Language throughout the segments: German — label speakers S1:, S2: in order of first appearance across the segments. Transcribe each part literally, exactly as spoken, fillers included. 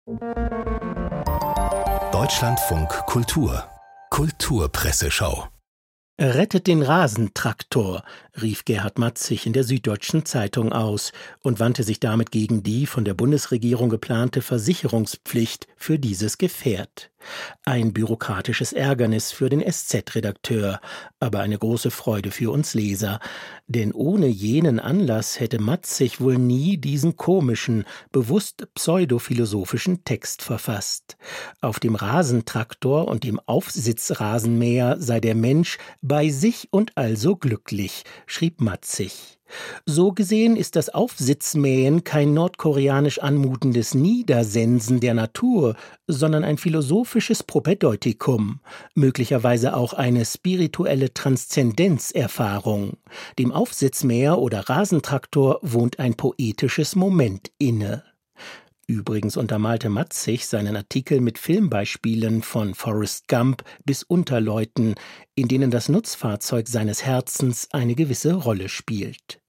S1: Deutschlandfunk Kultur Kulturpresseschau.
S2: Rettet den Rasentraktor, rief Gerhard Matzig in der Süddeutschen Zeitung aus und wandte sich damit gegen die von der Bundesregierung geplante Versicherungspflicht für dieses Gefährt. Ein bürokratisches Ärgernis für den S Z-Redakteur, aber eine große Freude für uns Leser. Denn ohne jenen Anlass hätte Matzig wohl nie diesen komischen, bewusst pseudophilosophischen Text verfasst. Auf dem Rasentraktor und dem Aufsitzrasenmäher sei der Mensch bei sich und also glücklich, schrieb Matzig. So gesehen ist das Aufsitzmähen kein nordkoreanisch anmutendes Niedersensen der Natur, sondern ein philosophisches Propädeutikum, möglicherweise auch eine spirituelle Transzendenzerfahrung. Dem Aufsitzmäher oder Rasentraktor wohnt ein poetisches Moment inne. Übrigens untermalte Matzig seinen Artikel mit Filmbeispielen von Forrest Gump bis Unterleuten, in denen das Nutzfahrzeug seines Herzens eine gewisse Rolle spielt.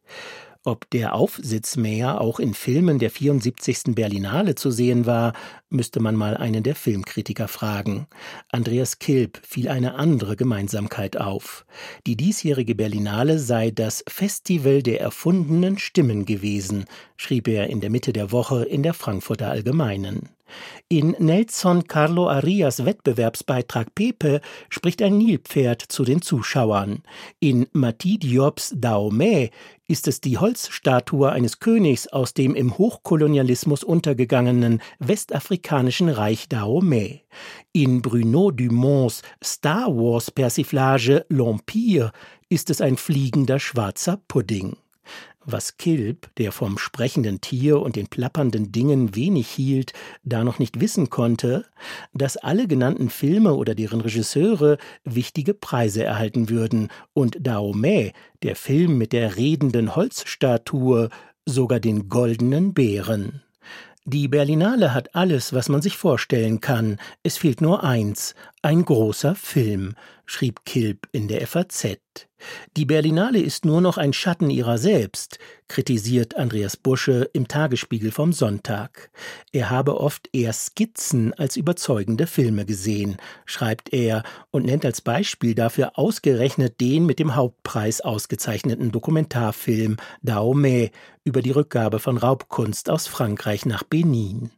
S2: Ob der Aufsitzmäher auch in Filmen der vierundsiebzigsten Berlinale zu sehen war, müsste man mal einen der Filmkritiker fragen. Andreas Kilb fiel eine andere Gemeinsamkeit auf. Die diesjährige Berlinale sei das Festival der erfundenen Stimmen gewesen, schrieb er in der Mitte der Woche in der Frankfurter Allgemeinen. In Nelson Carlo Arias Wettbewerbsbeitrag Pepe spricht ein Nilpferd zu den Zuschauern. In Mati Diops Dahomey ist es die Holzstatue eines Königs aus dem im Hochkolonialismus untergegangenen westafrikanischen Reich Dahomey. In Bruno Dumonts Star Wars Persiflage L'Empire ist es ein fliegender schwarzer Pudding. Was Kilb, der vom sprechenden Tier und den plappernden Dingen wenig hielt, da noch nicht wissen konnte, dass alle genannten Filme oder deren Regisseure wichtige Preise erhalten würden und Dahomey, der Film mit der redenden Holzstatue, sogar den Goldenen Bären. Die Berlinale hat alles, was man sich vorstellen kann. Es fehlt nur eins, ein großer Film, schrieb Kilb in der F A Z. Die Berlinale ist nur noch ein Schatten ihrer selbst, kritisiert Andreas Busche im Tagesspiegel vom Sonntag. Er habe oft eher Skizzen als überzeugende Filme gesehen, schreibt er und nennt als Beispiel dafür ausgerechnet den mit dem Hauptpreis ausgezeichneten Dokumentarfilm Dahomey über die Rückgabe von Raubkunst aus Frankreich nach Benin.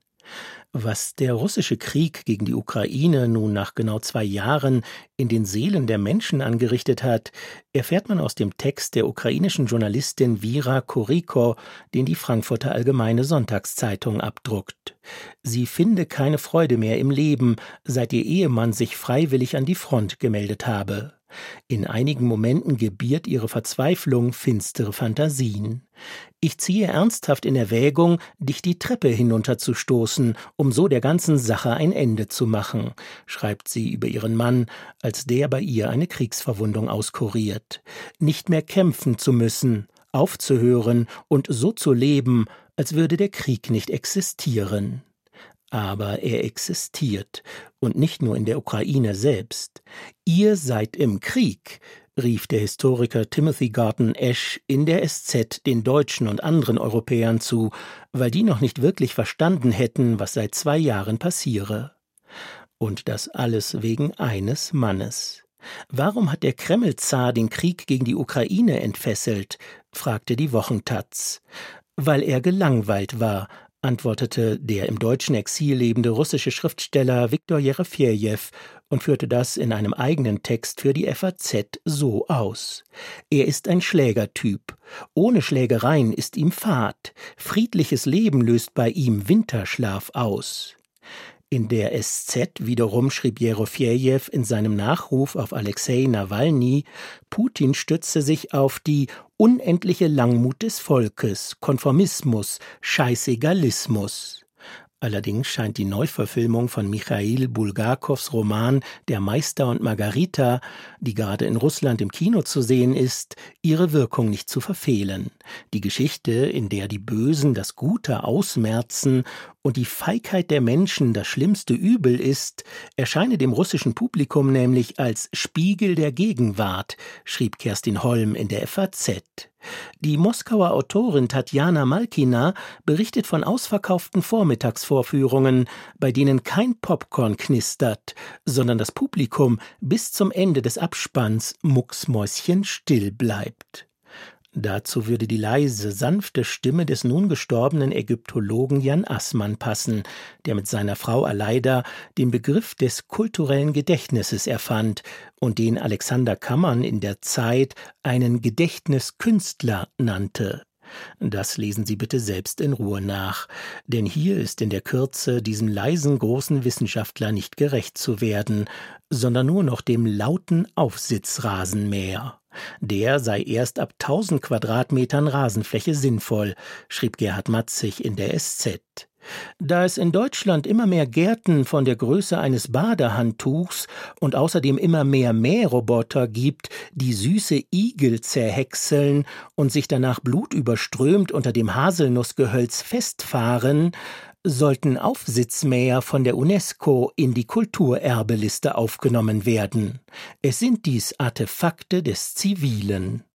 S2: Was der russische Krieg gegen die Ukraine nun nach genau zwei Jahren in den Seelen der Menschen angerichtet hat, erfährt man aus dem Text der ukrainischen Journalistin Vira Koriko, den die Frankfurter Allgemeine Sonntagszeitung abdruckt. Sie finde keine Freude mehr im Leben, seit ihr Ehemann sich freiwillig an die Front gemeldet habe. In einigen Momenten gebiert ihre Verzweiflung finstere Fantasien. Ich ziehe ernsthaft in Erwägung, dich die Treppe hinunterzustoßen, um so der ganzen Sache ein Ende zu machen, schreibt sie über ihren Mann, als der bei ihr eine Kriegsverwundung auskuriert. Nicht mehr kämpfen zu müssen, aufzuhören und so zu leben, als würde der Krieg nicht existieren. Aber er existiert, und nicht nur in der Ukraine selbst. Ihr seid im Krieg, rief der Historiker Timothy Garton Ash in der S Z den Deutschen und anderen Europäern zu, weil die noch nicht wirklich verstanden hätten, was seit zwei Jahren passiere. Und das alles wegen eines Mannes. Warum hat der Kreml-Zar den Krieg gegen die Ukraine entfesselt, fragte die Wochentaz. Weil er gelangweilt war, antwortete der im deutschen Exil lebende russische Schriftsteller Viktor Jerefejew und führte das in einem eigenen Text für die F A Z so aus. Er ist ein Schlägertyp. Ohne Schlägereien ist ihm Fad. Friedliches Leben löst bei ihm Winterschlaf aus. In der S Z wiederum schrieb Jerofejew in seinem Nachruf auf Alexei Nawalny, Putin stütze sich auf die unendliche Langmut des Volkes, Konformismus, Scheißegalismus. Allerdings scheint die Neuverfilmung von Michail Bulgakows Roman Der Meister und Margarita, die gerade in Russland im Kino zu sehen ist, ihre Wirkung nicht zu verfehlen. Die Geschichte, in der die Bösen das Gute ausmerzen und die Feigheit der Menschen das schlimmste Übel ist, erscheine dem russischen Publikum nämlich als Spiegel der Gegenwart, schrieb Kerstin Holm in der F A Z. Die Moskauer Autorin Tatjana Malkina berichtet von ausverkauften Vormittagsvorführungen, bei denen kein Popcorn knistert, sondern das Publikum bis zum Ende des Abspanns mucksmäuschenstill bleibt. Dazu würde die leise, sanfte Stimme des nun gestorbenen Ägyptologen Jan Assmann passen, der mit seiner Frau Aleida den Begriff des kulturellen Gedächtnisses erfand und den Alexander Kammern in der Zeit einen Gedächtniskünstler nannte. Das lesen Sie bitte selbst in Ruhe nach, denn hier ist in der Kürze diesem leisen großen Wissenschaftler nicht gerecht zu werden, sondern nur noch dem lauten Aufsitzrasenmäher. Der sei erst ab tausend Quadratmetern Rasenfläche sinnvoll, schrieb Gerhard Matzig in der S Z. Da es in Deutschland immer mehr Gärten von der Größe eines Badehandtuchs und außerdem immer mehr Mähroboter gibt, die süße Igel zerhäckseln und sich danach blutüberströmt unter dem Haselnussgehölz festfahren, sollten Aufsitzmäher von der UNESCO in die Kulturerbeliste aufgenommen werden. Es sind dies Artefakte des Zivilen.